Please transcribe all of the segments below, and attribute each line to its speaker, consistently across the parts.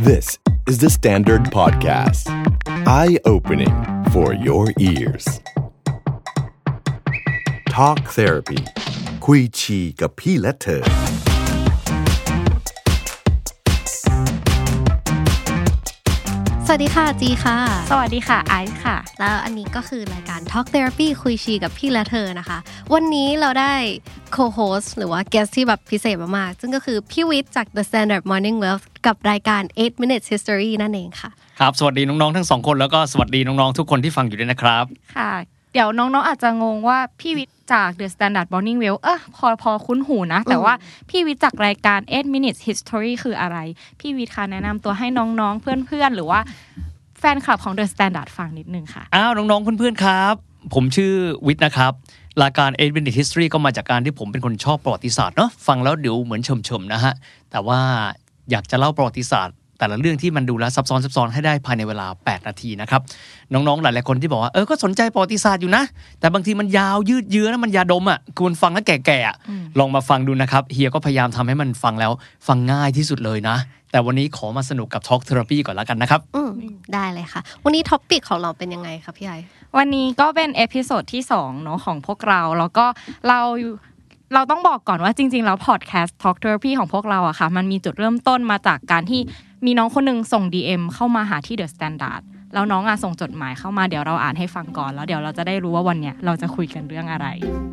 Speaker 1: This is the Standard Podcast. Eye-opening for your ears. Talk Therapy. คุยฉี่กับพี่และเธอ
Speaker 2: สวัสดีค่ะจีค่ะ
Speaker 3: สวัสดีค่ะไอซ์ค่ะ
Speaker 2: แล้วอันนี้ก็คือรายการ Talk Therapy คุยชีกับพี่และเธอนะคะวันนี้เราได้ co-host หรือว่า guest ที่แบบพิเศษมากๆซึ่งก็คือพี่วิทย์จาก The Standard Morning Wealth กับรายการ 8 Minutes History นั่นเองค่ะ
Speaker 4: ครับสวัสดีน้องๆทั้งสองคนแล้วก็สวัสดีน้องๆทุกคนที่ฟังอยู่ด้วยนะครับ
Speaker 3: ค่ะเดี๋ยวน้องๆอาจจะงงว่าพี่วิทย์จาก The Standard Morning Wealth พอคุ้นหูนะแต่ว่าพี่วิทย์จากรายการ 8 Minutes History คืออะไรพี่วิทย์ค่ะแนะนำตัวให้น้องๆเพื่อนๆหรือว่าแฟนคลับของ The Standard ฟังนิดนึงค่ะ
Speaker 4: น้องๆเพื่อนๆครับผมชื่อวิทย์นะครับรายการ 8 Minutes History ก็มาจากการที่ผมเป็นคนชอบประวัติศาสตร์เนาะฟังแล้วเดี๋ยวเหมือนเฉมๆนะฮะแต่ว่าอยากจะเล่าประวัติศาสตร์แต่ละเรื่องที่มันดูแลซับซ้อนให้ได้ภายในเวลา8นาทีนะครับน้องๆหลายๆคนที่บอกว่าก็สนใจประวัติศาสตร์อยู่นะแต่บางทีมันยาวยืดเยื้อนะมันยาดมอ่ะคุณฟังแล้วแก่ๆลองมาฟังดูนะครับเฮียก็พยายามทำให้มันฟังแล้วฟังง่ายที่สุดเลยนะแต่วันนี้ขอมาสนุกกับ Talk Therapy ก่อนแล้วกันนะครับ
Speaker 2: ได้เลยค่ะวันนี้ท็อปปิกของเราเป็นยังไงคะพี่ไอ
Speaker 3: วันนี้ก็เป็นเอพิโซดที่2เนาะของพวกเราแล้วก็เราต้องบอกก่อนว่าจริงๆแล้วพอดแคสต์ Talk Therapy ของพวกเราอะค่ะมันมีจุดเริ่มต้นมาจากการที่มีน้องคนนึงส่ง DM เข้ามาหาที่ The Standard แล้วน้องส่งจดหมายเข้ามาเดี๋ยวเราอ่านให้ฟังก่อนแล้วเดี๋ยวเราจะได้รู้ว่าวันเนี้ยเราจะคุยกันเรื่องอะไร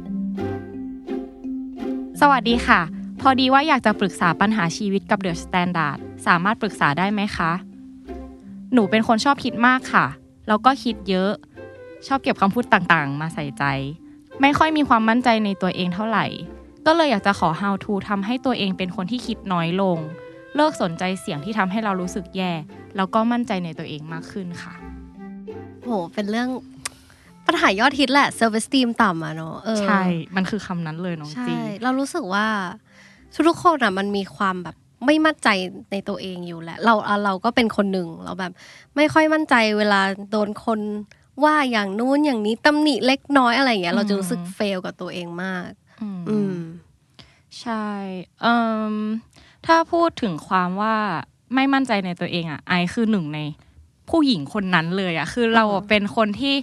Speaker 3: สวัสดีค่ะพอดีว่าอยากจะปรึกษาปัญหาชีวิตกับ The Standard สามารถปรึกษาได้ไหมคะหนูเป็นคนชอบคิดมากค่ะแล้วก็คิดเยอะชอบเก็บคำพูดต่างๆมาใส่ใจไม่ค่อยมีความมั่นใจในตัวเองเท่าไหร่ก็เลยอยากจะขอ how to ทำให้ตัวเองเป็นคนที่คิดน้อยลงเลิกสนใจเสียงที่ทำให้เรารู้สึกแย่แล้วก็มั่นใจในตัวเองมากขึ้นค่ะ
Speaker 2: โหเป็นเรื่องปัญหายอดฮิตแหละ self esteem ต่ำอะเนาะ
Speaker 3: ใช่มันคือคำนั้นเลยน้องจี
Speaker 2: เรารู้สึกว่าทุกคนอะมันมีความแบบไม่มั่นใจในตัวเองอยู่แหละเราก็เป็นคนหนึ่งเราแบบไม่ค่อยมั่นใจเวลาโดนคนว่าอย่างนู้นอย่างนี้ตำหนิเล็กน้อยอะไรอย่างเงี้ยเราจะรู้สึกเฟลกับตัวเองมาก
Speaker 3: ใช่ถ้าพูดถึงความว่าไม่มั่นใจในตัวเองอ่ะไอคือหนึ่งในผู้หญิงคนนั้นเลยอ่ะคือเราเป็นคนที่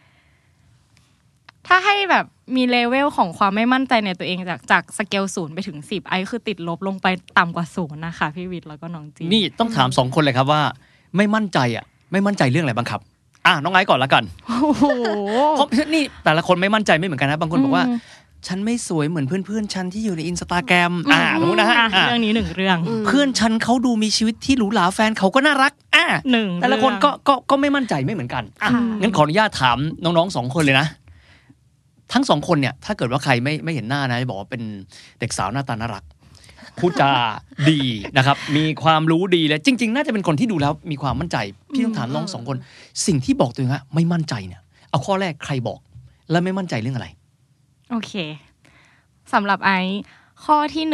Speaker 3: ถ้าให้แบบมีเลเวลของความไม่มั่นใจในตัวเองจากสเกล0ไปถึง10ไอคือติดลบลงไปต่ำกว่า0นะคะพี่วิทย์แล้วก็น้องจี
Speaker 4: นี่ต้องถาม2คนเลยครับว่าไม่มั่นใจอ่ะไม่มั่นใจเรื่องอะไรบ้างครับน้องไอซ์ก่อนละกันโอ้โหนี่แต่ละคนไม่มั่นใจไม่เหมือนกันนะบางคนบอกว่าฉันไม่สวยเหมือนเพื่อนๆฉันที่อยู่ใน Instagram สมมุตินะฮะ
Speaker 3: เรื่องนี้1เรื่อง
Speaker 4: เพื่อนฉันเขาดูมีชีวิตที่หรูหราแฟนเขาก็น่ารักแต่ละคนก็ไม่มั่นใจไม่เหมือนกันงั้นขออนุญาตถามน้องๆ2คนเลยนะทั้ง2คนเนี่ยถ้าเกิดว่าใครไม่เห็นหน้านะจะบอกว่าเป็นเด็กสาวหน้าตาน่ารักพูดจาดีนะครับมีความรู้ดีเลยจริงๆน่าจะเป็นคนที่ดูแล้วมีความมั่นใจพี่ต้องถามน้อง2คนสิ่งที่บอกตัวเองว่าไม่มั่นใจเนี่ยเอาข้อแรกใครบอกและไม่มั่นใจเรื่องอะไร
Speaker 3: โอเคสำหรับไอข้อที่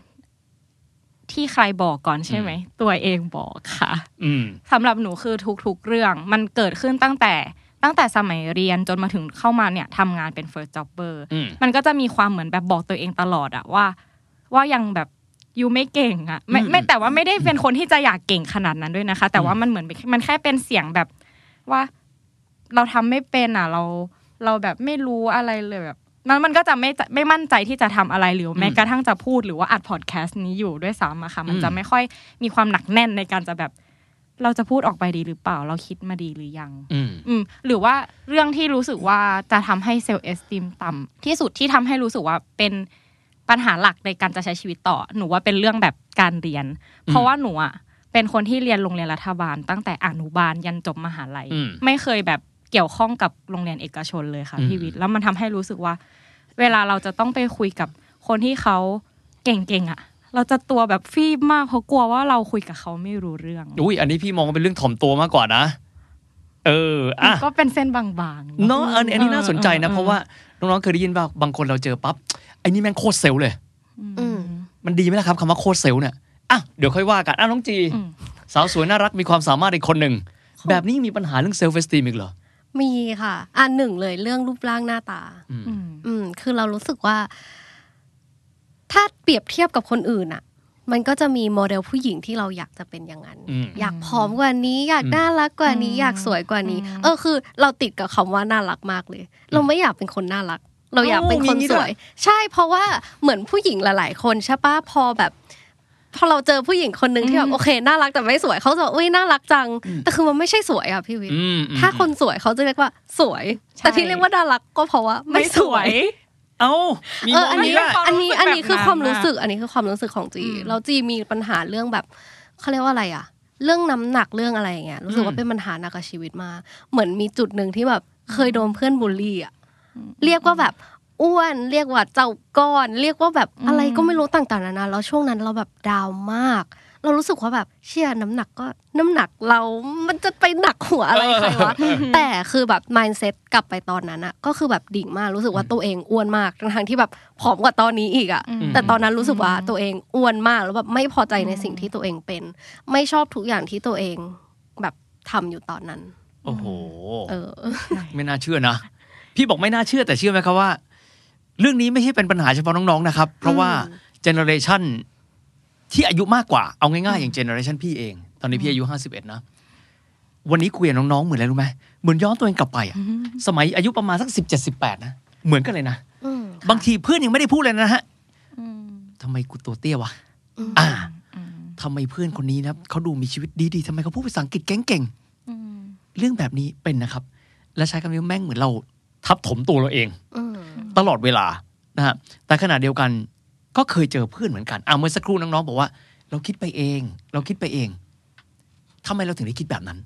Speaker 3: 1ที่ใครบอกก่อนใช่ไหมตัวเองบอกค่ะสำหรับหนูคือทุกๆเรื่องมันเกิดขึ้นตั้งแต่สมัยเรียนจนมาถึงเข้ามาเนี่ยทำงานเป็น first jobber มันก็จะมีความเหมือนแบบบอกตัวเองตลอดอะว่ายังแบบยูไม่เก่งอะไม่แต่ว่าไม่ได้เป็นคนที่จะอยากเก่งขนาดนั้นด้วยนะคะแต่ว่ามันเหมือนมันแค่เป็นเสียงแบบว่าเราทำไม่เป็นอะเราแบบไม่รู้อะไรเลยแบบมันก็จะไม่มั่นใจที่จะทำอะไรหรือแม้กระทั่งจะพูดหรือว่าอัดพอดแคสต์นี้อยู่ด้วยซ้ำอะค่ะมันจะไม่ค่อยมีความหนักแน่นในการจะแบบเราจะพูดออกไปดีหรือเปล่าเราคิดมาดีหรือยังหรือว่าเรื่องที่รู้สึกว่าจะทำให้เซลฟ์เอสติมต่ำที่สุดที่ทำให้รู้สึกว่าเป็นปัญหาหลักในการจะใช้ชีวิตต่อหนูว่าเป็นเรื่องแบบการเรียนเพราะว่าหนูอ่ะเป็นคนที่เรียนโรงเรียนรัฐบาลตั้งแต่อนุบาลยันจบมหาลัยไม่เคยแบบเกี่ยวข้องกับโรงเรียนเอกชนเลยค่ะพี่วิทย์แล้วมันทำให้รู้สึกว่าเวลาเราจะต้องไปคุยกับคนที่เขาเก่งๆอ่ะเราจะตัวแบบฟีบมากเพราะกลัวว่าเราคุยกับเขาไม่รู้เรื่อง
Speaker 4: อันนี้พี่มองว่าเป็นเรื่องถ่อมตัวมากกว่านะ
Speaker 3: ก็เป็นเส้นบาง
Speaker 4: ๆเนาะอันนี้น่าสนใจนะเพราะว่าน้องๆเคยได้ยินว่าบางคนเราเจอปั๊บไอ้นี่แม่งโคตรเซลล์เลยมันดีไหมล่ะครับคำว่าโคตรเซลล์เนี่ยเดี๋ยวค่อยว่ากันน้องจีสาวสวยน่ารักมีความสามารถอีกคนหนึ่งแบบนี้มีปัญหาเรื่องเซลฟ์เอสติมอีกเหรอ
Speaker 2: มีค่ะหนึ่งเลยเรื่องรูปร่างหน้าตาคือเรารู้สึกว่าถ้าเปรียบเทียบกับคนอื่นอะมันก็จะมีโมเดลผู้หญิงที่เราอยากจะเป็นอย่างนั้นอยากผอมกว่านี้อยากน่ารักกว่านี้อยากสวยกว่านี้คือเราติดกับคำว่าน่ารักมากเลยเราไม่อยากเป็นคนน่ารักเราอยากเป็นคนสวยใช่เพราะว่าเหมือนผู้หญิงหลายๆคนใช่ปะพอเราเจอผู้หญิงคนนึงที่แบบโอเคน่ารักแต่ไม่สวยเขาจะอุ้ยน่ารักจังแต่คือมันไม่ใช่สวยอ่ะพี่วิทย์ถ้าคนสวยเขาจะเรียกว่าสวยแต่ที่เรียกว่าน่ารักก็เพราะว่าไม่สวย
Speaker 4: มี
Speaker 2: อันนี้คือความรู้สึกอันนี้คือความรู้สึกของจีแล้วจีมีปัญหาเรื่องแบบเขาเรียกว่าอะไรอ่ะเรื่องน้ำหนักเรื่องอะไรอย่างเงี้ยรู้สึกว่าเป็นปัญหาหนักกับชีวิตมากเหมือนมีจุดนึงที่แบบเคยโดนเพื่อนบูลลี่อ่ะเรียกว่าแบบอ้วนเรียกว่าเจ้าก้อนเรียกว่าแบบอะไรก็ไม่รู้ต่างๆนานาแล้วช่วงนั้นเราแบบดาวมากเรารู้สึกว่าแบบเชี่ยน้ำหนักก็น้ำหนักเรามันจะไปหนักหัวอะไรใครวะแต่คือแบบ mindset กลับไปตอนนั้นอะก็คือแบบดิ่งมากรู้สึกว่าตัวเองอ้วนมากทั้งที่แบบผอมกว่าตอนนี้อีกอะแต่ตอนนั้นรู้สึกว่าตัวเองอ้วนมากแล้วแบบไม่พอใจในสิ่งที่ตัวเองเป็นไม่ชอบทุกอย่างที่ตัวเองแบบทำอยู่ตอนนั้น
Speaker 4: โอ้โหไม่น่าเชื่อนะพี่บอกไม่น่าเชื่อแต่เชื่อไหมครับว่าเรื่องนี้ไม่ใช่เป็นปัญหาเฉพาะน้องๆนะครับเพราะว่าเจเนอเรชันที่อายุมากกว่าเอาง่ายๆอย่างเจเนอเรชันพี่เองตอนนี้พี่อายุ51นะวันนี้คุยกับน้องๆเหมือนอะไรรู้ไหมเหมือนย้อนตัวเองกลับไปอ่ะสมัยอายุประมาณสัก17-18นะเหมือนกันเลยนะบางทีเพื่อนยังไม่ได้พูดเลยนะฮะทำไมกูตัวเตี้ยวะทำไมเพื่อนคนนี้นะเขาดูมีชีวิตดีๆทำไมเขาพูดภาษาอังกฤษเก่งๆเรื่องแบบนี้เป็นนะครับและใช้คำนี้แม่งเหมือนเราทับถมตัวเราเองตลอดเวลานะฮะแต่ขณะเดียวกันก็เคยเจอเพื่อนเหมือนกันเมื่อสักครู่น้องๆบอกว่าเราคิดไปเองทำไมเราถึงได้คิดแบบนั้น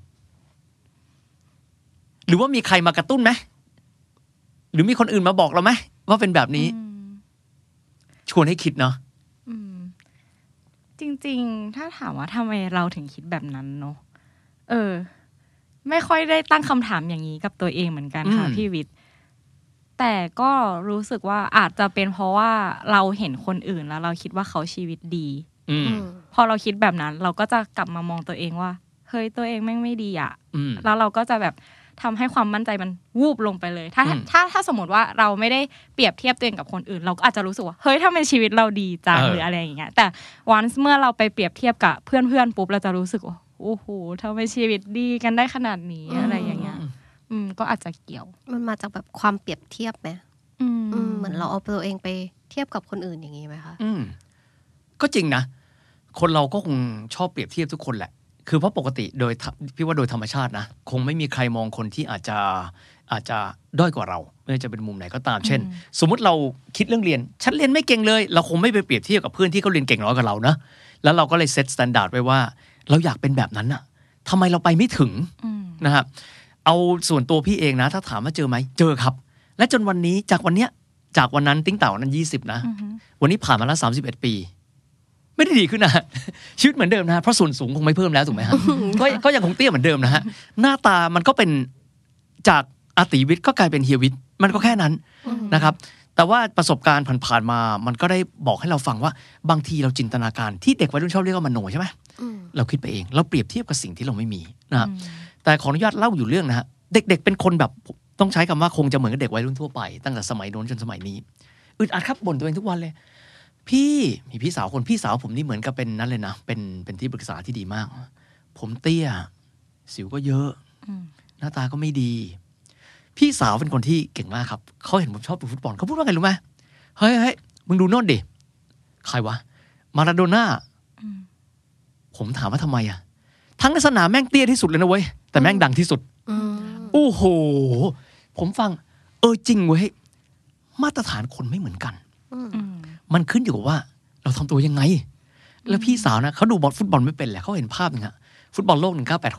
Speaker 4: หรือว่ามีใครมากระตุ้นไหมหรือมีคนอื่นมาบอกเราไหมว่าเป็นแบบนี้ชวนให้คิดเนาะ
Speaker 3: จริงๆถ้าถามว่าทำไมเราถึงคิดแบบนั้นเนาะไม่ค่อยได้ตั้งคำถามอย่างนี้กับตัวเองเหมือนกันค่ะพี่วิทย์แต่ก็รู้สึกว่าอาจจะเป็นเพราะว่าเราเห็นคนอื่นแล้วเราคิดว่าเขาชีวิตดีพอเราคิดแบบนั้นเราก็จะกลับมามองตัวเองว่าเฮ้ยตัวเองแม่งไม่ดีอ่ะแล้วเราก็จะแบบทำให้ความมั่นใจมันวูบลงไปเลยถ้าสมมติว่าเราไม่ได้เปรียบเทียบตัวเองกับคนอื่นเราก็อาจจะรู้สึกว่าเฮ้ยทำไมชีวิตเราดีจังหรืออะไรอย่างเงี้ยแต่วันเมื่อเราไปเปรียบเทียบกับเพื่อนๆปุ๊บเราจะรู้สึกว่าโอ้โหทำไมชีวิตดีกันได้ขนาดนี้อะไรอย่างเงี้ยก็อาจจะเกี่ยว
Speaker 2: มันมาจากแบบความเปรียบเทียบไหมเหมือนเราเอาตัวเองไปเทียบกับคนอื่นอย่างนี้ไหมคะ
Speaker 4: ก็จริงนะคนเราก็คงชอบเปรียบเทียบทุกคนแหละคือเพราะปกติโดยพี่ว่าโดยธรรมชาตินะคงไม่มีใครมองคนที่อาจจะด้อยกว่าเราไม่ว่าจะเป็นมุมไหนก็ตามเช่นสมมุติเราคิดเรื่องเรียนฉันเรียนไม่เก่งเลยเราคงไม่ไปเปรียบเทียบกับเพื่อนที่เขาเรียนเก่งน้อยกว่าเรานะแล้วเราก็เลยเซตสแตนดาร์ดไว้ว่าเราอยากเป็นแบบนั้นน่ะทำไมเราไปไม่ถึงนะครับเอาส่วนตัวพี่เองนะถ้าถามว่าเจอไหมเจอครับและจนวันนี้จากวันนั้นติ้งเต่านั้น20นะวันนี้ผ่านมาแล้ว31ปีไม่ได้ดีขึ้นนะชีวิตเหมือนเดิมนะเพราะส่วนสูงคงไม่เพิ่มแล้วถูกไหมฮะก็ยังคงเตี้ยเหมือนเดิมนะฮะหน้าตามันก็เป็นจากอาติวิทย์ก็กลายเป็นเฮียวิทย์มันก็แค่นั้นนะครับแต่ว่าประสบการณ์ผ่านๆมามันก็ได้บอกให้เราฟังว่าบางทีเราจินตนาการที่เด็กวัยรุ่นชอบเรียกว่ามโนใช่ไหมเราคิดไปเองเราเปรียบเทียบกับสิ่งที่เราไม่มีนะครับแต่ขออนุญาตเล่าอยู่เรื่องนะฮะเด็กๆเป็นคนแบบต้องใช้คำว่าคงจะเหมือนกับเด็กวัยรุ่นทั่วไปตั้งแต่สมัยโน้นจนสมัยนี้อึดอัดครับบ่นตัวเองทุกวันเลยพี่สาวผมนี่เหมือนกับเป็นนั่นเลยนะเป็นที่ปรึกษาที่ดีมากผมเตี้ยสิวก็เยอะหน้าตาก็ไม่ดีพี่สาวเป็นคนที่เก่งมากครับเขาเห็นผมชอบดูฟุตบอลเขาพูดว่าไงรู้ไหมเฮ้ยมึงดูโน่นดิใครวะมาราโดน่าผมถามว่าทำไมอ่ะทั้งในสนามแม่งเตี้ยที่สุดเลยนะเว้ยแต่แม่งดังที่สุดโอ้โหผมฟังจริงเว้ยมาตรฐานคนไม่เหมือนกันมันขึ้นอยู่กับว่าเราทำตัวยังไงแล้วพี่สาวนะเขาดูบอลฟุตบอลไม่เป็นแหละเขาเห็นภาพนึงฮะฟุตบอลโลก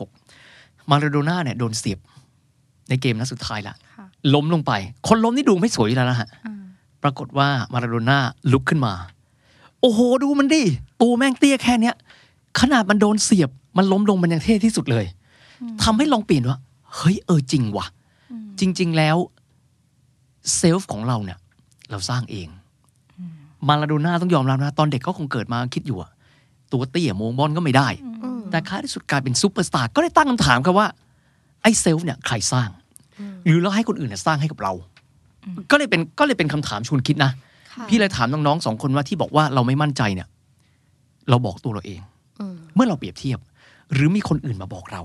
Speaker 4: 1986มาราโดน่าเนี่ยโดนเสียบในเกมนัดสุดท้ายละล้มลงไปคนล้มนี่ดูไม่สวยแล้วนะฮะปรากฏว่ามาราโดน่าลุกขึ้นมาโอ้โหดูมันดิตัวแม่งเตี้ยแค่เนี้ยขนาดมันโดนเสียบมันล้มลงมันยังเท่ที่สุดเลยทำให้ลองเปลี่ยนว่าเฮ้ยจริงว่ะจริงๆแล้วเซลฟ์ของเราเนี่ยเราสร้างเองมาราโดน่าต้องยอมรับนะตอนเด็กเขาคงเกิดมาคิดอยู่อะตัวเตี้ยโมงบอลก็ไม่ได้แต่ท้ายที่สุดกลายเป็นซูเปอร์สตาร์ก็ได้ตั้งคำถามครับว่าไอ้เซลฟ์เนี่ยใครสร้างหรือเราให้คนอื่นเนี่ยสร้างให้กับเราก็เลยเป็นคำถามชวนคิดนะพี่เลยถามน้องๆ2คนว่าที่บอกว่าเราไม่มั่นใจเนี่ยเราบอกตัวเราเองเมื่อเราเปรียบเทียบหรือมีคนอื่นมาบอกเรา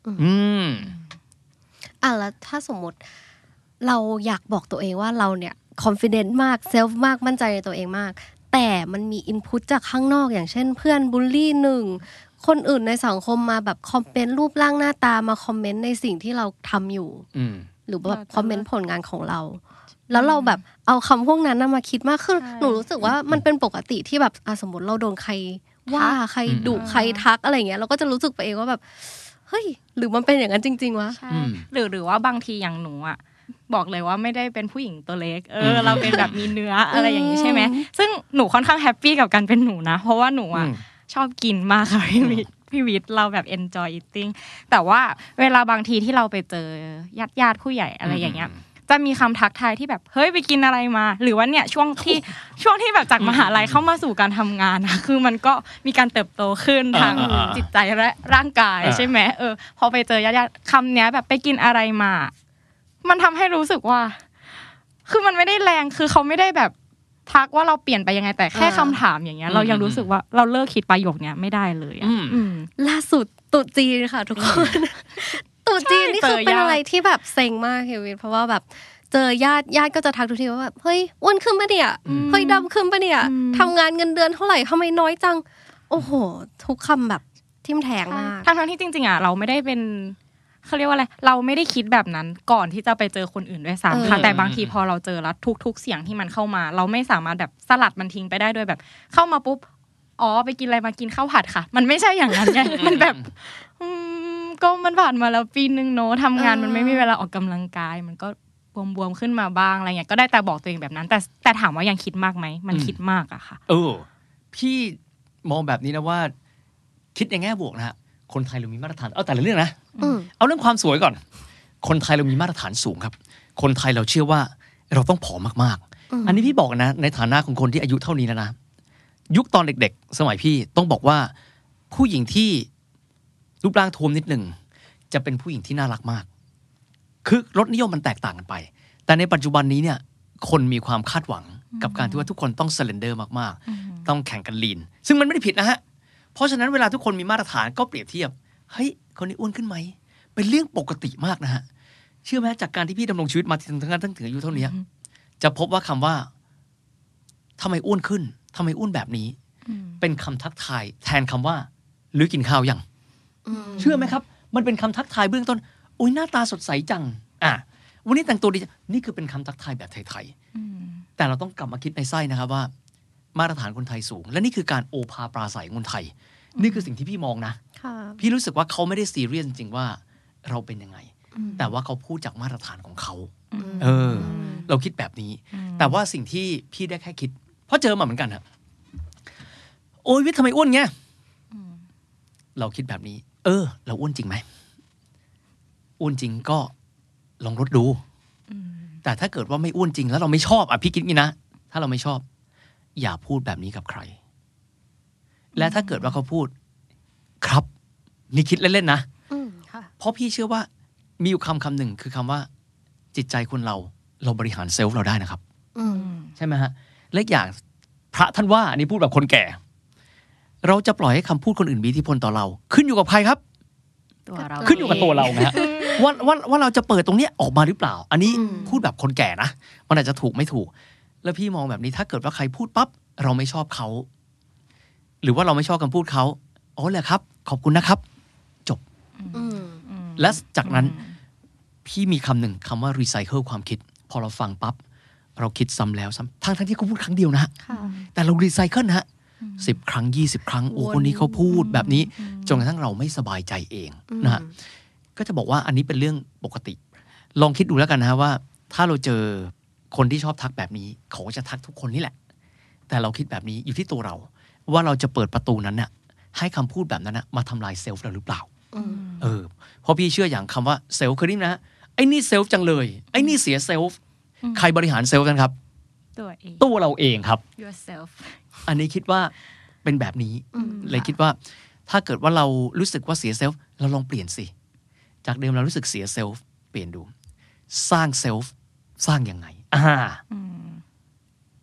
Speaker 2: แล้วถ้าสมมติเราอยากบอกตัวเองว่าเราเนี่ยconfident มากเซลฟ์มากมั่นใจในตัวเองมากแต่มันมีอินพุตจากข้างนอกอย่างเช่นเพื่อนบูลลี่หนึ่งคนอื่นในสังคมมาแบบคอมเมนต์รูปร่างหน้าตามาคอมเมนต์ในสิ่งที่เราทำอยู่หรือแบบคอมเมนต์ผลงานของเราแล้วเราแบบเอาคำพวกนั้นมาคิดมากขึ้นหนูรู้สึกว่ามันเป็นปกติที่แบบสมมติเราโดนใครว่าใครดุใครทักอะไรเงี้ยเราก็จะรู้สึกไปเองว่าแบบเฮ้ยหรือมันเป็นอย่างนั้นจริงๆวะ
Speaker 3: หรือว่าบางทีอย่างหนูอ่ะบอกเลยว่าไม่ได้เป็นผู้หญิงตัวเล็กเราเป็นแบบมีเนื้ออะไรอย่างนี้ใช่ไหมซึ่งหนูค่อนข้างแฮปปี้กับการเป็นหนูนะเพราะว่าหนูอ่ะชอบกินมากค่ะพี่วิทย์เราแบบ enjoy eating แต่ว่าเวลาบางทีที่เราไปเจอญาติผู้ใหญ่อะไรอย่างเงี้ยจะมีคำทักทายที่แบบเฮ้ยไปกินอะไรมาหรือว่าเนี่ยช่วงที่แบบจากมหาลัยเข้ามาสู่การทำงานนะคือมันก็มีการเติบโตขึ้นทางจิตใจและร่างกายใช่ไหมพอไปเจอญาติคำเนี้ยแบบไปกินอะไรมามันทำให้รู้สึกว่าคือมันไม่ได้แรงคือเขาไม่ได้แบบทักว่าเราเปลี่ยนไปยังไงแต่แค่คำถามอย่างเงี้ยเรายังรู้สึกว่าเราเลิกคิดประโยคเนี้ยไม่ได้เลย
Speaker 2: ล่าสุดตุ๊จีนค่ะทุกคนตุ๊จีนนี่คือเป็นอะไรที่แบบเซ็งมากเฮวินเพราะว่าแบบเจอญาติก็จะทักทุกทีว่าแบบเฮ้ยอ้วนขึ้นปะเนี่ยเฮ้ยดำขึ้นปะเนี่ยทำงานเงินเดือนเท่าไหร่ทำไมน้อยจังโอ้โหทุกคำแบบทิ่มแทงมาก
Speaker 3: ทั้งที่จริงๆอ่ะเราไม่ได้เป็นเขาเรียกว่าอะไรเราไม่ได้คิดแบบนั้นก่อนที่จะไปเจอคนอื่นด้วยซ้ำค่ะแต่บางทีพอเราเจอแล้วทุกเสียงที่มันเข้ามาเราไม่สามารถแบบสลัดมันทิ้งไปได้ด้วยแบบเข้ามาปุ๊บไปกินอะไรมากินข้าวผัดค่ะมันไม่ใช่อย่างนั้นไงมันแบบก็มันผ่านมาแล้วปีนึงเนอะทำงานมันไม่มีเวลาออกกำลังกายมันก็บวมๆขึ้นมาบ้างอะไรเงี้ยก็ได้แต่บอกตัวเองแบบนั้นแต่ถามว่ายังคิดมากไหมมันคิดมากอะค่ะ
Speaker 4: พี่มองแบบนี้นะว่าคิดในแง่บวกนะฮะคนไทยเรามีมาตรฐานแต่ละเรื่องนะเอาเรื่องความสวยก่อนคนไทยเรามีมาตรฐานสูงครับคนไทยเราเชื่อว่าเราต้องผอมมากๆอันนี้พี่บอกนะในฐานะของคนที่อายุเท่านี้แล้วนะยุคตอนเด็กๆสมัยพี่ต้องบอกว่าผู้หญิงที่รูปร่างท้วมนิดหนึ่งจะเป็นผู้หญิงที่น่ารักมากคือรสนิยมมันแตกต่างกันไปแต่ในปัจจุบันนี้เนี่ยคนมีความคาดหวังกับการที่ว่าทุกคนต้องสเลนเดอร์มากๆต้องแข่งกันลีนซึ่งมันไม่ได้ผิดนะฮะเพราะฉะนั้นเวลาทุกคนมีมาตรฐานก็เปรียบเทียบเฮ้ยคนนี้อ้วนขึ้นไหมเป็นเรื่องปกติมากนะฮะเชื่อไหมจากการที่พี่ดำรงชีวิตมาถึงอายุเท่านี้จะพบว่าคำว่าทำไมอ้วนขึ้นทำไมอ้วนแบบนี้เป็นคำทักทายแทนคำว่าหรือกินข้าวยังเชื่อไหมครับมันเป็นคำทักทายเบื้องต้นโอ้ยหน้าตาสดใสจังวันนี้แต่งตัวดีนี่คือเป็นคำทักทายแบบไทยๆแต่เราต้องกลับมาคิดในไส้นะครับว่ามาตรฐานคนไทยสูงและนี่คือการโอภาปราศัยคนไทยนี่คือสิ่งที่พี่มองนะพี่รู้สึกว่าเขาไม่ได้ซีเรียสจริงๆว่าเราเป็นยังไงแต่ว่าเขาพูดจากมาตรฐานของเขาเราคิดแบบนี้แต่ว่าสิ่งที่พี่ได้แค่คิดเพราะเจอมาเหมือนกันครับโอ้ยวิทย์ทำไมอ้วนเงี้ยเราคิดแบบนี้เราอ้วนจริงไหมอ้วนจริงก็ลองลดดูแต่ถ้าเกิดว่าไม่อ้วนจริงแล้วเราไม่ชอบพี่คิดงี้นะถ้าเราไม่ชอบอย่าพูดแบบนี้กับใครและถ้าเกิดว่าเขาพูดครับนี่คิดเล่นๆนะเพราะพี่เชื่อว่ามีอยู่คำหนึ่งคือคำว่าจิตใจคนเราบริหารเซลฟ์เราได้นะครับใช่ไหมฮะและอย่างพระท่านว่าอันนี้พูดแบบคนแก่เราจะปล่อยให้คำพูดคนอื่นมีอิทธิพลต่อเราขึ้นอยู่กับใครครับขึ้นอยู่กับตัวเรานะฮะว่าเราจะเปิดตรงนี้ออกมาหรือเปล่าอันนี้พูดแบบคนแก่นะมันอาจจะถูกไม่ถูกแล้วพี่มองแบบนี้ถ้าเกิดว่าใครพูดปั๊บเราไม่ชอบเขาหรือว่าเราไม่ชอบคำพูดเขาแหละครับขอบคุณนะครับจบและจากนั้นพี่มีคำหนึ่งคำว่ารีไซเคิลความคิดพอเราฟังปั๊บเราคิดซ้ำแล้วซ้ำทั้งที่เขาพูดครั้งเดียวนะแต่เรารีไซเคิลนะฮะ10 ครั้ง20 ครั้งคนนี้เขาพูดแบบนี้จนกระทั่งเราไม่สบายใจเองนะฮะก็จะบอกว่าอันนี้เป็นเรื่องปกติลองคิดดูแล้วกันนะว่าถ้าเราเจอคนที่ชอบทักแบบนี้เขาจะทักทุกคนนี่แหละแต่เราคิดแบบนี้อยู่ที่ตัวเราว่าเราจะเปิดประตูนั้นน่ะให้คำพูดแบบนั้นนะมาทำลายเซลฟ์เราหรือเปล่าเพราะพี่เชื่ออย่างคำว่าเซลฟ์คือนี่นะไอ้นี่เซลฟ์จังเลยไอ้นี่เสียเซลฟ์ใครบริหารเซลฟ์กันครับตัวเราเองครับ
Speaker 3: yourself
Speaker 4: อันนี้คิดว่าเป็นแบบนี้เลยคิดว่าถ้าเกิดว่าเรารู้สึกว่าเสียเซลฟ์เราลองเปลี่ยนสิจากเดิมเรารู้สึกเสียเซลฟ์เปลี่ยนดูสร้างเซลฟ์สร้างยังไง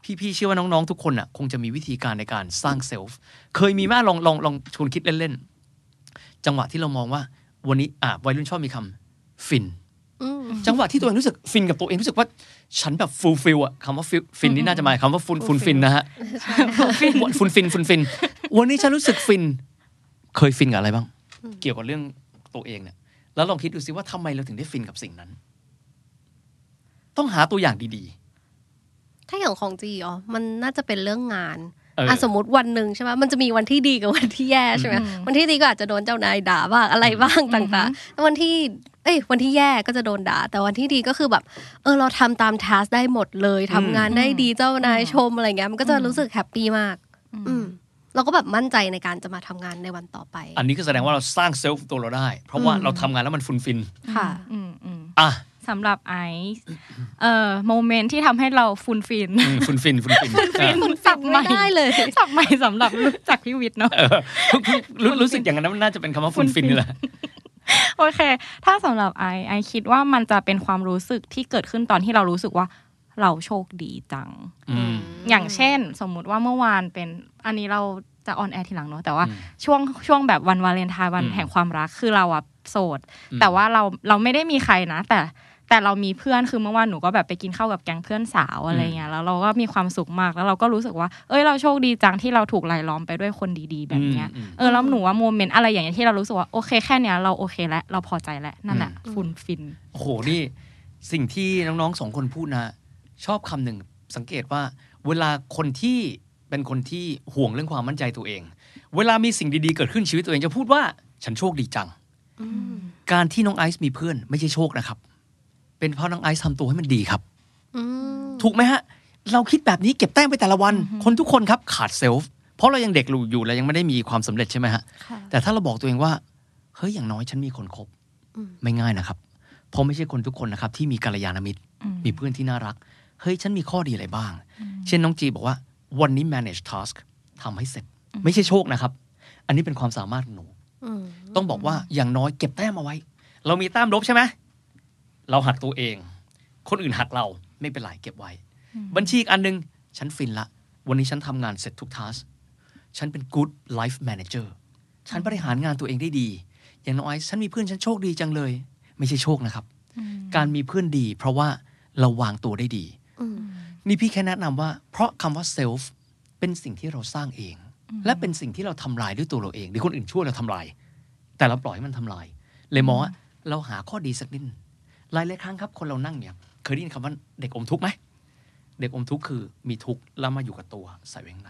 Speaker 4: พี่เชื่อว่าน้องๆทุกคนอ่ะคงจะมีวิธีการในการสร้างเซลฟ์เคยมีไหมลองชวนคิดเล่นๆจังหวะที่เรามองว่าวันนี้วัยรุ่นชอบมีคำฟินจังหวะที่ตัวเองรู้สึกฟินกับตัวเองรู้สึกว่าฉันแบบฟูลฟิลอะคำว่าฟินนี่น่าจะหมายคำว่าฟุนฟินนะฮะฟุนฟินวันนี้ฉันรู้สึกฟินเคยฟินกับอะไรบ้างเกี่ยวกับเรื่องตัวเองเนี่ยแล้วลองคิดดูซิว่าทำไมเราถึงได้ฟินกับสิ่งนั้นต้องหาตัวอย่างดี
Speaker 2: ๆถ้าอย่างของจีมันน่าจะเป็นเรื่องงานสมมติวันหนึ่งใช่ไหมมันจะมีวันที่ดีกับวันที่แย่ใช่ไหมวันที่ดีก็อาจจะโดนเจ้านายด่าบ้างอะไรบ้างต่างๆแล้ววันที่แย่ก็จะโดนด่าแต่วันที่ดีก็คือแบบเราทำตามทัสได้หมดเลยทำงานได้ดีเจ้านายชมอะไรเงี้ยมันก็จะรู้สึกแฮปปี้มากเราก็แบบมั่นใจในการจะมาทำงานในวันต่อไป
Speaker 4: อันนี้ก็แสดงว่าเราสร้างเซลฟ์ตัวเราได้เพราะว่าเราทำงานแล้วมันฟุนฟิน
Speaker 3: สำหรับไอซ์โมเมนต์ที่ทำให้เราฟุนฟิน
Speaker 2: สับไม่ได้เลย
Speaker 3: สับใหม่สำหรับรู้จักพี่วิทย์เนาะ
Speaker 4: รู้สึกอย่างนั้นมันน่าจะเป็นคำว่าฟุนฟินนี่แหละ
Speaker 3: โอเคถ้าสำหรับไอคิดว่ามันจะเป็นความรู้สึกที่เกิดขึ้นตอนที่เรารู้สึกว่าเราโชคดีจังอย่างเช่นสมมุติว่าเมื่อวานเป็นอันนี้เราจะออนแอร์ทีหลังเนาะแต่ว่าช่วงแบบวันวาเลนไทน์วันแห่งความรักคือเราอะโสดแต่ว่าเราไม่ได้มีใครนะแต่เรามีเพื่อนคือเมื่อวานหนูก็แบบไปกินข้าวกับแก๊งเพื่อนสาวอะไรเงี้ยแล้วเราก็มีความสุขมากแล้วเราก็รู้สึกว่าเราโชคดีจังที่เราถูกรายล้อมไปด้วยคนดีๆแบบเนี้ยแล้วหนูว่าโมเมนต์อะไรอย่างเงี้ยที่เรารู้สึกว่าโอเคแค่เนี้ยเราโอเคแล้วเราพอใจแล้วนั่นแหละฟุนฟิน
Speaker 4: โอ้โหนี่สิ่งที่น้องๆ2คนพูดนะชอบคำหนึ่งสังเกตว่าเวลาคนที่เป็นคนที่ห่วงเรื่องความมั่นใจตัวเองเวลามีสิ่งดีๆเกิดขึ้นชีวิตตัวเองจะพูดว่าฉันโชคดีจังการที่น้องไอซ์มีเพื่อนไม่ใช่โชคนะครับเป็นเพราะน้องไอซ์ทำตัวให้มันดีครับถูกไหมฮะเราคิดแบบนี้เก็บแต้มไปแต่ละวันคนทุกคนครับขาดเซลฟ์เพราะเรายังเด็กอยู่เรายังไม่ได้มีความสำเร็จใช่ไหมฮะแต่ถ้าเราบอกตัวเองว่าเฮ้ยอย่างน้อยฉันมีคนคบไม่ง่ายนะครับเพราะไม่ใช่คนทุกคนนะครับที่มีกัลยาณมิตรมีเพื่อนที่น่ารักเฮ้ยฉันมีข้อดีอะไรบ้างเช่นน้องจีบอกว่าวันนี้ manage task ทำให้เสร็จไม่ใช่โชคนะครับอันนี้เป็นความสามารถของหนูต้องบอกว่าอย่างน้อยเก็บแต้มเอาไว้เรามีแต้มลบใช่ไหมเราหักตัวเองคนอื่นหักเราไม่เป็นไรเก็บไว้บัญชีอีกอันนึงฉันฟินละวันนี้ฉันทำงานเสร็จทุกทัสฉันเป็น good life manager ฉันบริหารงานตัวเองได้ดีอย่างน้อยฉันมีเพื่อนฉันโชคดีจังเลยไม่ใช่โชคนะครับการมีเพื่อนดีเพราะว่าเราวางตัวได้ดีนี่พี่แค่แนะนำว่าเพราะคำว่า self เป็นสิ่งที่เราสร้างเองและเป็นสิ่งที่เราทำลายด้วยตัวเราเองหรือคนอื่นช่วยเราทำลายแต่เราปล่อยให้มันทำลายเลยมองว่าเราหาข้อดีสักนิดหลายครั้งครับคนเรานั่งเนี่ยเคยได้ยินคำว่าเด็กอมทุกข์ไหมเด็กอมทุกข์คือมีทุกข์แล้วมาอยู่กับตัวใส่ไว้ข้างใน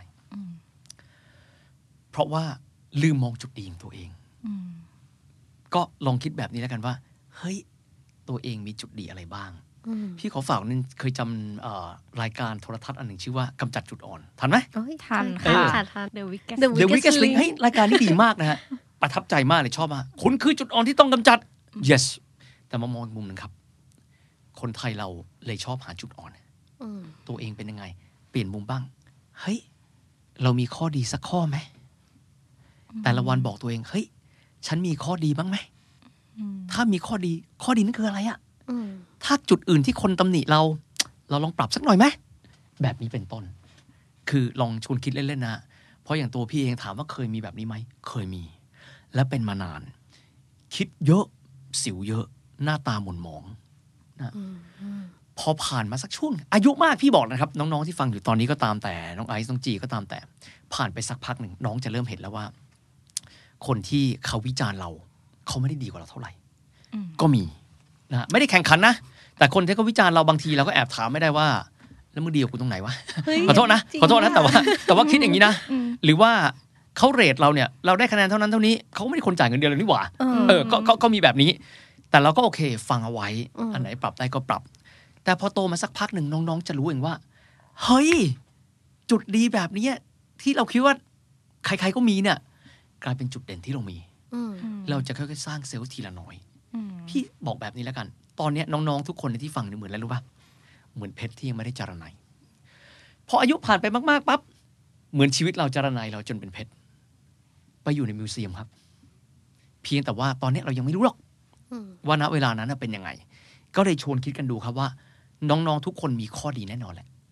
Speaker 4: เพราะว่าลืมมองจุดดีของตัวเองก็ลองคิดแบบนี้แล้วกันว่าเฮ้ยตัวเองมีจุดดีอะไรบ้างพี่ขอฝากนึงเคยจำรายการโทรทัศน์อันหนึ่งชื่อว่ากำจัดจุดอ่อนทันไหม
Speaker 3: ทันค่ะ
Speaker 2: The
Speaker 4: Weakest Link ให้รายการนี้ดีมากนะฮะประทับใจมากเลยชอบมากคุณคือจุดอ่อนที่ต้องกำจัด yes แต่มามองมุมนึงครับคนไทยเราเลยชอบหาจุดอ่อนตัวเองเป็นยังไงเปลี่ยนมุมบ้างเฮ้ยเรามีข้อดีสักข้อไหมแต่ละวันบอกตัวเองเฮ้ยฉันมีข้อดีบ้างไหมถ้ามีข้อดีนั่นคืออะไรอะถ้าจุดอื่นที่คนตำหนิเราลองปรับสักหน่อยไหมแบบนี้เป็นต้นคือลองชวนคิดเล่นๆนะเพราะอย่างตัวพี่เองถามว่าเคยมีแบบนี้ไหมเคยมีและเป็นมานานคิดเยอะสิวเยอะหน้าตาหม่นหมองนะพอผ่านมาสักช่วงอายุมากพี่บอกนะครับน้องๆที่ฟังอยู่ตอนนี้ก็ตามแต่น้องไอซ์น้องจีก็ตามแต่ผ่านไปสักพักหนึ่งน้องจะเริ่มเห็นแล้วว่าคนที่เขาวิจารณ์เราเขาไม่ได้ดีกว่าเราเท่าไหร่ก็มีนะไม่ได้แข่งขันนะแต่คนที่เขาวิจารณ์เราบางทีเราก็แอบถามไม่ได้ว่าแล้วมึงดีกว่ากูตรงไหนวะขอโทษนะแต่ว่าคิดอย่างนี้นะหรือว่าเขาเรทเราเนี่ยเราได้คะแนนเท่านั้นเท่านี้เขาไม่ได้คนจ่ายเงินเดือนเลยนี่หว่าก็มีแบบนี้แต่เราก็โอเคฟังเอาไว้อันไหนปรับได้ก็ปรับแต่พอโตมาสักพักหนึ่งน้องๆจะรู้เองว่าเฮ้ยจุดดีแบบนี้ที่เราคิดว่าใครๆก็มีเนี่ยกลายเป็นจุดเด่นที่เรามีเราจะค่อยๆสร้างเซลล์ทีละน้อยพี่บอกแบบนี้แล้วกันตอนนี้น้องๆทุกคนที่ฟังเหมือนอะไรรู้ป่ะเหมือนเพชรที่ยังไม่ได้จารนัยพออายุผ่านไปมากๆปั๊บเหมือนชีวิตเราจารนัยเราจนเป็นเพชรไปอยู่ในมิวเซียมครับเพียงแต่ว่าตอนนี้เรายังไม่รู้หรอกว่าณเวลานั้นเป็นยังไงก็เลยชวนคิดกันดูครับว่าน้องๆทุกคนมีข้อดีแน่นอนแหละ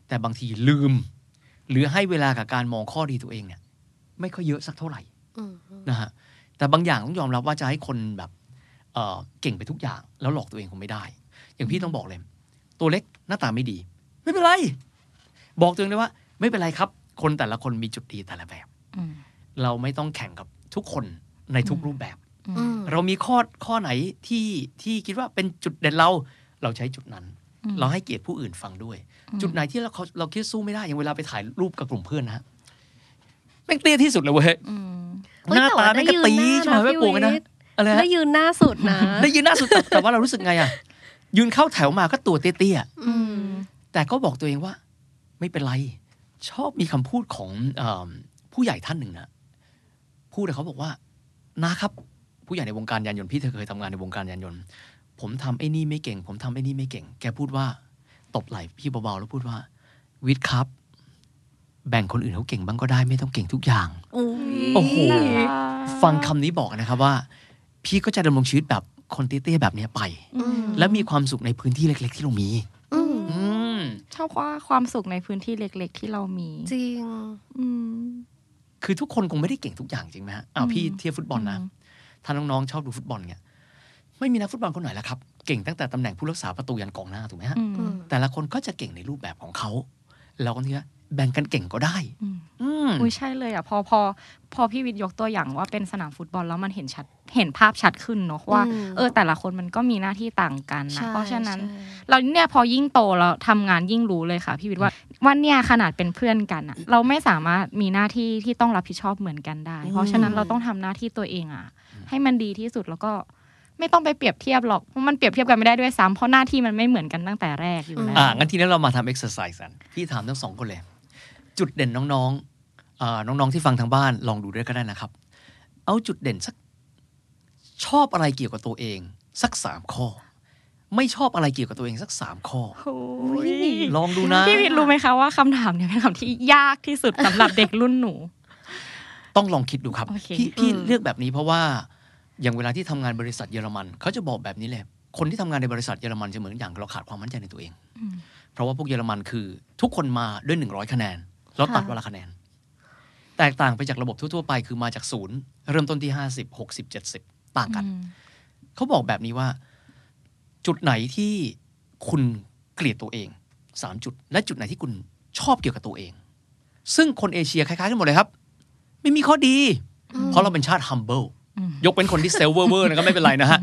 Speaker 4: แต่บางทีลืมหรือให้เวลากับการมองข้อดีตัวเองเนี่ยไม่ค่อยเยอะสักเท่าไหร่นะฮะแต่บางอย่างต้องยอมรับว่าจะให้คนแบบเก่งไปทุกอย่างแล้วหลอกตัวเองคงไม่ได้อย่างพี่ต้องบอกเลยตัวเล็กหน้าตาไม่ดีไม่เป็นไรบอกตัวเองเลยว่าไม่เป็นไรครับคนแต่ละคนมีจุดดีแต่ละแบบเราไม่ต้องแข่งกับทุกคนในทุกรูปแบบเรามีข้อไหนที่คิดว่าเป็นจุดเด่นเราใช้จุดนั้นเราให้เกียรติผู้อื่นฟังด้วยจุดไหนที่เราคิดสู้ไม่ได้อย่างเวลาไปถ่ายรูปกับกลุ่มเพื่อนนะแม่งเตี้ยที่สุดเลยเว้ยหน้าตาแม่งกระตีใช่ไหมไม่ปลูกนะอะไร
Speaker 2: ได้ยืนหน้าสุดนะ
Speaker 4: ได้ยืนหน้าสุดแต่ว่าเรารู้สึกไงอะยืนเข้าแถวมาก็ตัวเตี้ยๆแต่ก็บอกตัวเองว่าไม่เป็นไรชอบมีคำพูดของผู้ใหญ่ท่านหนึ่งนะพูดแต่เขาบอกว่านะครับผู้ใหญ่ในวงการยานยนต์พี่เธอเคยทำงานในวงการยานยนต์ผมทำไอ้นี่ไม่เก่งผมทำไอ้นี่ไม่เก่งแกพูดว่าตบไหล่พี่เบาๆแล้วพูดว่าวิทย์ครับแบ่งคนอื่นเขาเก่งบ้างก็ได้ไม่ต้องเก่งทุกอย่างโอ้โหฟังคำนี้บอกนะครับว่าพี่ก็จะดำรงชีวิตแบบคนเตี้ยๆแบบนี้ไปและมีความสุขในพื้นที่เล็กๆที่เรามี
Speaker 3: ชอบว่าความสุขในพื้นที่เล็กๆที่เรามี
Speaker 2: จริง
Speaker 4: คือทุกคนคงไม่ได้เก่งทุกอย่างจริงไหมฮะพี่เทียบฟุตบอลนะถ้าน้องๆชอบดูฟุตบอลเนี่ยไม่มีนักฟุตบอลคนไหนละครับเก่งตั้งแต่ตำแหน่งผู้รักษาประตูยันกองหน้าถูกไหมฮะแต่ละคนก็จะเก่งในรูปแบบของเขาเราก็ทีว่าแบ่งกันเก่งก็ได้
Speaker 3: อุ้ยใช่เลยอ่ะพอพี่วิทย์ยกตัวอย่างว่าเป็นสนามฟุตบอลแล้วมันเห็นภาพชัดขึ้นเนาะว่าแต่ละคนมันก็มีหน้าที่ต่างกันนะเพราะฉะนั้นเราเนี่ยพอยิ่งโตเราทำงานยิ่งรู้เลยค่ะพี่วิทย์ว่าเนี่ยขนาดเป็นเพื่อนกันอ่ะเราไม่สามารถมีหน้าที่ที่ต้องรับผิดชอบเหมือนกันได้เพราะฉะนั้นเราต้องทำหน้าที่ตัวเองอ่ะให้มันดีที่สุดแล้วก็ไม่ต้องไปเปรียบเทียบหรอกเพราะมันเปรียบเทียบกันไม่ได้ด้วยซ้ำเพราะหน้าที่มันไม่เหมือนกันตั้งแต่แรกอยู่แล้ว
Speaker 4: งั้นทีนี้เรามาทำ exercise กันพี่ถามทั้งสองคนเลยจุดเด่นน้องๆที่ฟังทางบ้านลองดูด้วยก็ได้นะครับเอาจุดเด่นสักชอบอะไรเกี่ยวกับตัวเองสัก3ข้อไม่ชอบอะไรเกี่ยวกับตัวเองสัก3ข้อลองดูนะ
Speaker 3: พี่วิทย์รู้ไหมคะว่าคำถามเนี่ยเป็นคำที่ยากที่สุดสำหรับเด็กรุ่นหนู
Speaker 4: ต้องลองคิดดูครับพี่เลือกแบบนี้เพราะว่าอย่างเวลาที่ทำงานบริษัทเยอรมันเขาจะบอกแบบนี้เลยคนที่ทำงานในบริษัทเยอรมันจะเหมือนอย่างเราขาดความมั่นใจในตัวเองเพราะว่าพวกเยอรมันคือทุกคนมาด้วย100คะแนนแล้วตัดวันละคะแนนแตกต่างไปจากระบบทั่วๆไปคือมาจาก0เริ่มต้นที่50 60 70ต่างกันเขาบอกแบบนี้ว่าจุดไหนที่คุณเกลียดตัวเอง3จุดและจุดไหนที่คุณชอบเกี่ยวกับตัวเองซึ่งคนเอเชียคล้ายๆกันหมดเลยครับไม่มีข้อดีเพราะเราเป็นชาติ humble ยกเป็นคนที่เซลเวอร์นะก็ไม่เป็นไรนะฮะ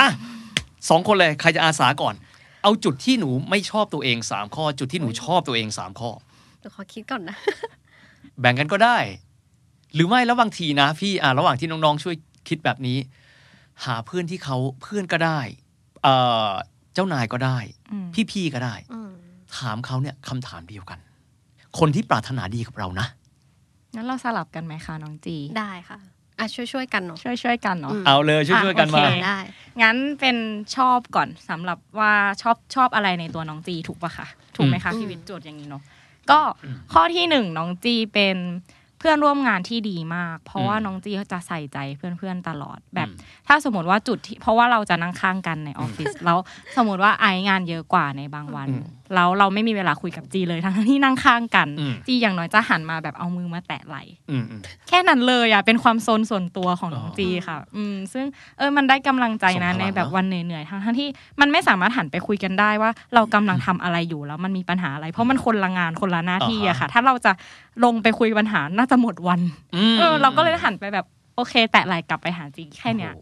Speaker 4: 2คนเลยใครจะอาสาก่อนเอาจุดที่หนูไม่ชอบตัวเอง3ข้อจุดที่หนูชอบตัวเอง3ข้อ
Speaker 2: เดี๋ยวขอคิดก่อนนะ
Speaker 4: แบ่งกันก็ได้หรือไม่แล้วบางทีนะพี่ระหว่างที่น้องๆช่วยคิดแบบนี้หาเพื่อนที่เขาเพื่อนก็ได้เจ้านายก็ได้พี่ๆก็ได้ถามเขาเนี่ยคำถามเดียวกันคนที่ปรารถนาดีกับเรานะ
Speaker 3: งั้นเราสลับกันไหมคะน้องจี
Speaker 2: ได้ค่ะช่วยกันเนาะ
Speaker 3: ช่วยกันเนาะ
Speaker 4: เอาเลยช่วยกันมา
Speaker 2: ได้
Speaker 3: งั้นเป็นชอบก่อนสำหรับว่าชอบอะไรในตัวน้องจีถูกปะคะถูกไหมคะพี่วิทย์โจทย์อย่างนี้เนาะก็ข้อที่1น้องจีเป็นเพื่อนร่วมงานที่ดีมากเพราะว่าน้องจีเขาจะใส่ใจเพื่อนๆตลอดแบบถ้าสมมติว่าจุดที่เพราะว่าเราจะนั่งข้างกันในออฟฟิศแล้วสมมติว่าไองานเยอะกว่าในบางวันแล้วเราไม่มีเวลาคุยกับจีเลยทั้งที่นั่งข้างกันจีอย่างน้อยจะหันมาแบบเอามือมาแตะไหล่แค่นั้นเลยอ่ะเป็นความโซนส่วนตัวของน้องจีค่ะซึ่งมันได้กำลังใจนะในแบบวันเหนื่อยๆทั้งที่มันไม่สามารถหันไปคุยกันได้ว่าเรากำลังทำอะไรอยู่แล้วมันมีปัญหาอะไรเพราะมันคนละงานคนละหน้าที่อะค่ะถ้าเราจะลงไปคุยปัญหาน่าจะหมดวันเราก็เลยหันไปแบบโอเคแตะไหล่กลับไปหาจีแค่เนี้ย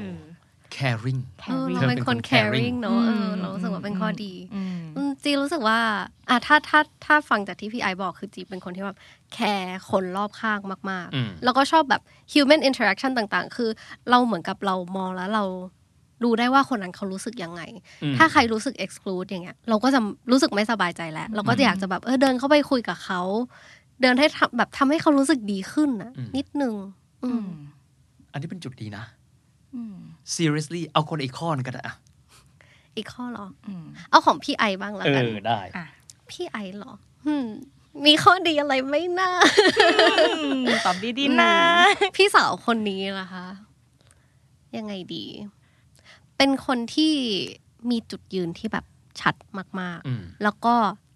Speaker 4: caring
Speaker 2: เราเป็นคน caring เนอะเรารู้สึกว่าเป็นข้อดีจีรู้สึกว่าถ้าฟังจากที่พี่ไอบอกคือจีเป็นคนที่แบบแคร์คนรอบข้างมากๆแล้วก็ชอบแบบ human interaction ต่างๆคือเราเหมือนกับเรามองแล้วเรารู้ได้ว่าคนนั้นเขารู้สึกยังไงถ้าใครรู้สึก exclude อย่างเงี้ยเราก็จะรู้สึกไม่สบายใจแล้วเราก็จะอยากจะแบบเดินเข้าไปคุยกับเขาเดินให้แบบทำให้เขารู้สึกดีขึ้นนะนิดนึง
Speaker 4: อันนี้เป็นจุดดีนะseriously เอาคนอีกข้อนึงก็ได้อะ
Speaker 2: อีกข้อเหรอเอาของพี่ไอบ้างแล้วกัน
Speaker 4: ได้
Speaker 2: พี่ไอเหรอมีข้อดีอะไรไม่น่า
Speaker 3: ตอบดีๆนะ
Speaker 2: พี่สาวคนนี้ล่ะคะยังไงดีเป็นคนที่มีจุดยืนที่แบบชัดมากๆแล้วก็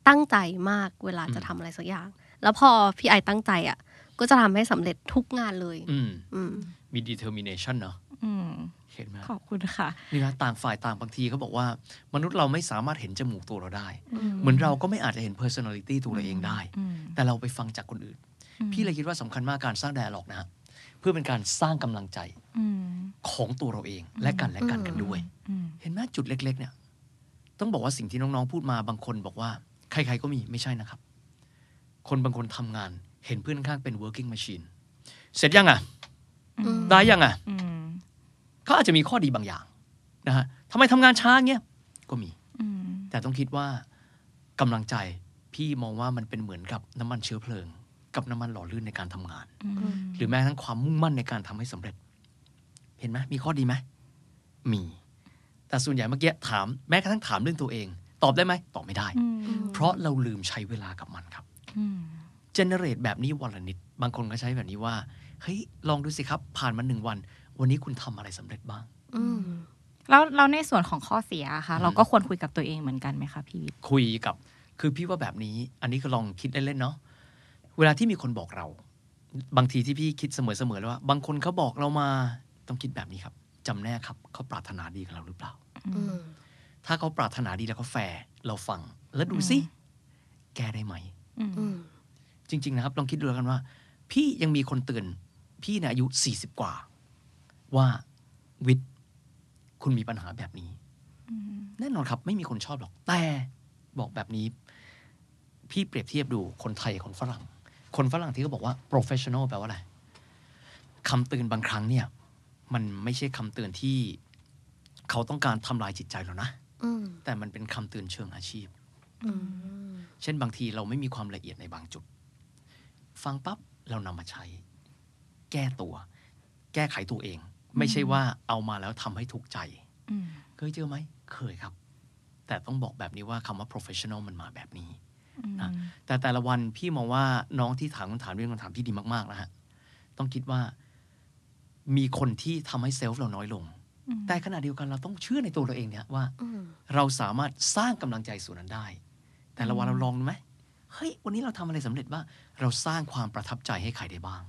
Speaker 2: ตั้งใจมากเวลาจะทำอะไรสักอย่างแล้วพอพี่ไอตั้งใจอ่ะก็จะทำให้สำเร็จทุกงานเลย
Speaker 4: มี determination เนาะเห็นไหม
Speaker 3: ขอบคุณค่ะ
Speaker 4: นี่นะต่างฝ่ายต่างบางทีเขาบอกว่ามนุษย์เราไม่สามารถเห็นจมูกตัวเราได้เหมือนเราก็ไม่อาจจะเห็น personality ตัวเราเองได้แต่เราไปฟังจากคนอื่นพี่เลยคิดว่าสำคัญมากการสร้าง dialogue นะเพื่อเป็นการสร้างกำลังใจของตัวเราเองและกันกันด้วยเห็นไหมจุดเล็กๆเนี่ยต้องบอกว่าสิ่งที่น้องๆพูดมาบางคนบอกว่าใครๆก็มีไม่ใช่นะครับคนบางคนทำงานเห็นเพื่อนข้างเป็น working machine เสร็จยังอ่ะได้ยังอ่ะเขาอาจจะมีข้อดีบางอย่างนะฮะทำไมทำงานช้าเงี้ยก็มีแต่ต้องคิดว่ากำลังใจพี่มองว่ามันเป็นเหมือนกับน้ำมันเชื้อเพลิงกับน้ำมันหล่อลื่นในการทำงานหรือแม้ทั้งความมุ่งมั่นในการทำให้สำเร็จเห็นไหมมีข้อดีไหมมีแต่ส่วนใหญ่เมื่อกี้ถามแม้กระทั่งถามเรื่องตัวเองตอบได้ไหมตอบไม่ได้เพราะเราลืมใช้เวลากับมันครับเจเนเรตแบบนี้วันละนิดบางคนก็ใช้แบบนี้ว่าเฮ้ยลองดูสิครับผ่านมา1 วันวันนี้คุณทำอะไรสำเร็จบ้าง
Speaker 3: แล้วในส่วนของข้อเสียค่ะเราก็ควรคุยกับตัวเองเหมือนกันไหมคะพี่วิทย์
Speaker 4: คุยกับคือพี่ว่าแบบนี้อันนี้ก็ลองคิดเล่นๆเนาะเวลาที่มีคนบอกเราบางทีที่พี่คิดเสมอๆแล้วว่าบางคนเขาบอกเรามาต้องคิดแบบนี้ครับจำแน่ครับเขาปรารถนาดีกับเราหรือเปล่าถ้าเขาปรารถนาดีแล้วเขาแฟร์เราฟังแล้วดูสิแก้ได้ไหมจริงๆนะครับลองคิดดูแล้วกันว่าพี่ยังมีคนเตือนพี่เนี่ยอายุ40 กว่าว่าวิทย์คุณมีปัญหาแบบนี้แน่นอนครับไม่มีคนชอบหรอกแต่บอกแบบนี้พี่เปรียบเทียบดูคนไทยคนฝรั่งที่เขาบอกว่า professional แปลว่าอะไรคำเตือนบางครั้งเนี่ยมันไม่ใช่คำเตือนที่เขาต้องการทำลายจิตใจเรานะแต่มันเป็นคำเตือนเชิงอาชีพเช่นบางทีเราไม่มีความละเอียดในบางจุดฟังปั๊บเรานำมาใช้แก้ตัวแก้ไขตัวเองไม่ใช่ว่าเอามาแล้วทำให้ถูกใจเคยเจอไหมเคยครับแต่ต้องบอกแบบนี้ว่าคำว่า professional มันมาแบบนี้นะแต่ละวันพี่มองว่าน้องที่ถามคำถามเรื่องคำถามที่ดีมากๆนะฮะต้องคิดว่ามีคนที่ทำให้เซลฟ์เราน้อยลงแต่ขณะเดียวกันเราต้องเชื่อในตัวเราเองเนี่ยว่าเราสามารถสร้างกำลังใจส่วนนั้นได้แต่ละวันเราลองไหมเฮ้ยวันนี้เราทำอะไรสำเร็จบ้างเราสร้างความประทับใจให้ใครได้บ้าง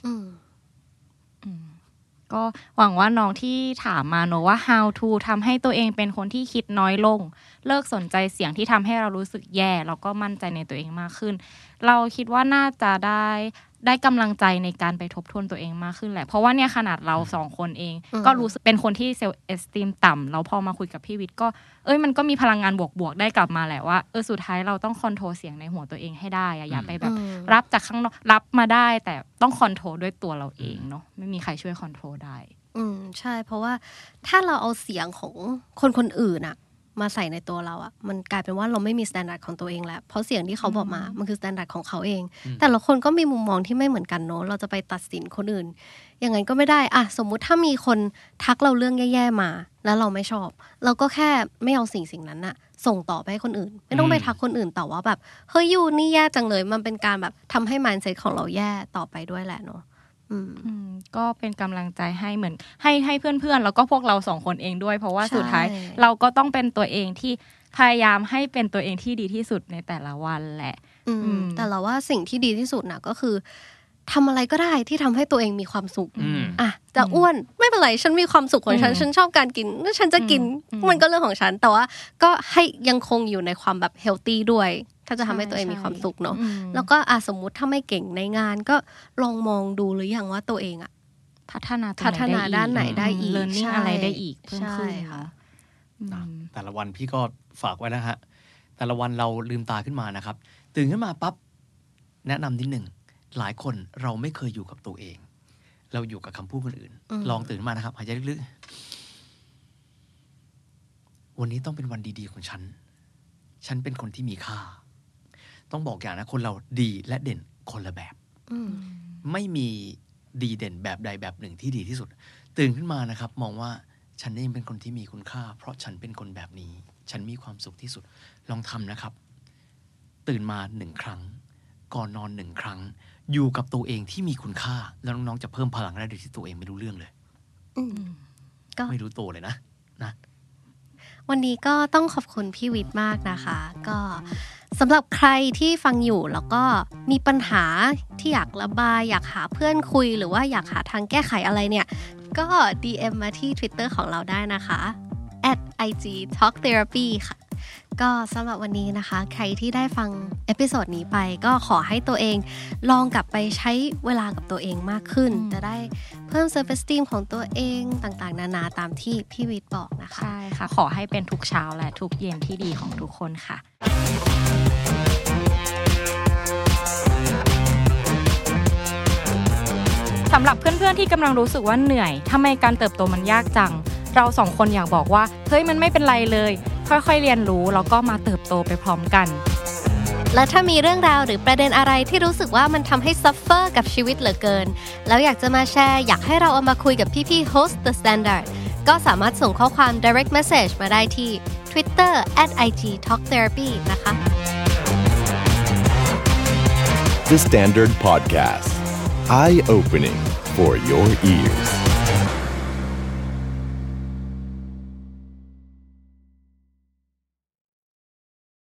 Speaker 3: ก็หวังว่าน้องที่ถามมาเนอะว่า how to ทำให้ตัวเองเป็นคนที่คิดน้อยลงเลิกสนใจเสียงที่ทำให้เรารู้สึกแย่แล้วก็มั่นใจในตัวเองมากขึ้นเราคิดว่าน่าจะได้กำลังใจในการไปทบทวนตัวเองมากขึ้นแหละเพราะว่าเนี่ยขนาดเรา2 คนเองก็รู้สึกเป็นคนที่เซลฟ์เอสติมต่ำแล้วพอมาคุยกับพี่วิทย์ก็มันก็มีพลังงานบวกๆได้กลับมาแหละว่าสุดท้ายเราต้องคอนโทรลเสียงในหัวตัวเองให้ได้อย่าไปแบบรับจากข้างนอกรับมาได้แต่ต้องคอนโทรลด้วยตัวเราเองเนาะไม่มีใครช่วยคอนโทรลได้
Speaker 2: ใช่เพราะว่าถ้าเราเอาเสียงของคนอื่นอะมาใส่ในตัวเราอะมันกลายเป็นว่าเราไม่มีมาตรฐานของตัวเองแล้วเพราะเสียงที่เขาบอกมามันคือมาตรฐานของเขาเองแต่ละคนก็มีมุมมองที่ไม่เหมือนกันเนอะเราจะไปตัดสินคนอื่นอย่างนั้นก็ไม่ได้อะสมมุติถ้ามีคนทักเราเรื่องแย่ๆมาแล้วเราไม่ชอบเราก็แค่ไม่เอาสิ่งนั้นอะส่งต่อไปให้คนอื่นไม่ต้องไปทักคนอื่นต่อว่าแบบเฮ้ยยูนี่แย่จังเลยมันเป็นการแบบทำให้ mindset ของเราแย่ต่อไปด้วยแหละเนอะ
Speaker 3: ก็เป็นกำลังใจให้เหมือนให้เพื่อนๆแล้วก็พวกเรา2 คนเองด้วยเพราะว่าสุดท้ายเราก็ต้องเป็นตัวเองที่พยายามให้เป็นตัวเองที่ดีที่สุดในแต่ละวันแหละ
Speaker 2: แต่เราว่าสิ่งที่ดีที่สุดนะก็คือทำอะไรก็ได้ที่ทำให้ตัวเองมีความสุขจะอ้วนไม่เป็นไรฉันมีความสุขของฉันชอบการกินแล้วฉันจะกินมันก็เรื่องของฉันแต่ว่าก็ให้ยังคงอยู่ในความแบบเฮลตี้ด้วยถ้าจะทำให้ตัวเองมีความสุขเนาะแล้วก็สมมุติถ้าไม่เก่งในงานก็ลองมองดูหรือยังว่าตัวเอง
Speaker 3: พัฒนา
Speaker 2: ด้านไหนได้อีก
Speaker 3: learning อะไรได้อีกเพิ่มขึ้น
Speaker 2: ค่ะ
Speaker 4: แต่ละวันพี่ก็ฝากไว้นะฮะแต่ละวันเราลืมตาขึ้นมานะครับตื่นขึ้นมาปั๊บแนะนำนิดหนึ่งหลายคนเราไม่เคยอยู่กับตัวเองเราอยู่กับคำพูดคนอื่นลองตื่นมานะครับหายใจลึกๆวันนี้ต้องเป็นวันดีๆของฉันเป็นคนที่มีค่าต้องบอกอย่างนะคนเราดีและเด่นคนละแบบไม่มีดีเด่นแบบใดแบบหนึ่งที่ดีที่สุดตื่นขึ้นมานะครับมองว่าฉันเองเป็นคนที่มีคุณค่าเพราะฉันเป็นคนแบบนี้ฉันมีความสุขที่สุดลองทำนะครับตื่นมา1 ครั้งก่อนนอน1 ครั้งอยู่กับตัวเองที่มีคุณค่าแล้วน้องๆจะเพิ่มพลังได้โดยที่ตัวเองไม่รู้เรื่องเลย
Speaker 2: ก็
Speaker 4: ไม่รู้ตัวเลยนะ
Speaker 2: วันนี้ก็ต้องขอบคุณพี่วิทย์มากนะคะก็สำหรับใครที่ฟังอยู่แล้วก็มีปัญหาที่อยากระบายอยากหาเพื่อนคุยหรือว่าอยากหาทางแก้ไขอะไรเนี่ยก็ DM มาที่ Twitter ของเราได้นะคะ @igtalktherapy ค่ะก็สำหรับวันนี้นะคะใครที่ได้ฟังเอพิโซดนี้ไปก็ขอให้ตัวเองลองกลับไปใช้เวลากับตัวเองมากขึ้นจะได้เพิ่ม self esteem ของตัวเองต่างๆนานาตามที่พี่วิทย์บอกนะคะ
Speaker 3: ใช่ค่ะขอให้เป็นทุกเช้าและทุกเย็นที่ดีของทุกคนค่ะสำหรับเพื่อนๆที่กำลังรู้สึกว่าเหนื่อยทำไมการเติบโตมันยากจังเราสองคนอยากบอกว่าเฮ้ยมันไม่เป็นไรเลยค่อยๆเรียนรู้แล้วก็มาเติบโตไปพร้อมกัน
Speaker 2: และถ้ามีเรื่องราวหรือประเด็นอะไรที่รู้สึกว่ามันทำให้ซัฟเฟอร์กับชีวิตเหลือเกินแล้วอยากจะมาแชร์อยากให้เราเอามาคุยกับพี่ๆ host The Standard ก็สามารถส่งข้อความ direct message มาได้ที่ Twitter @igtalktherapy นะคะ
Speaker 1: The Standard Podcast Eye Opening for your ears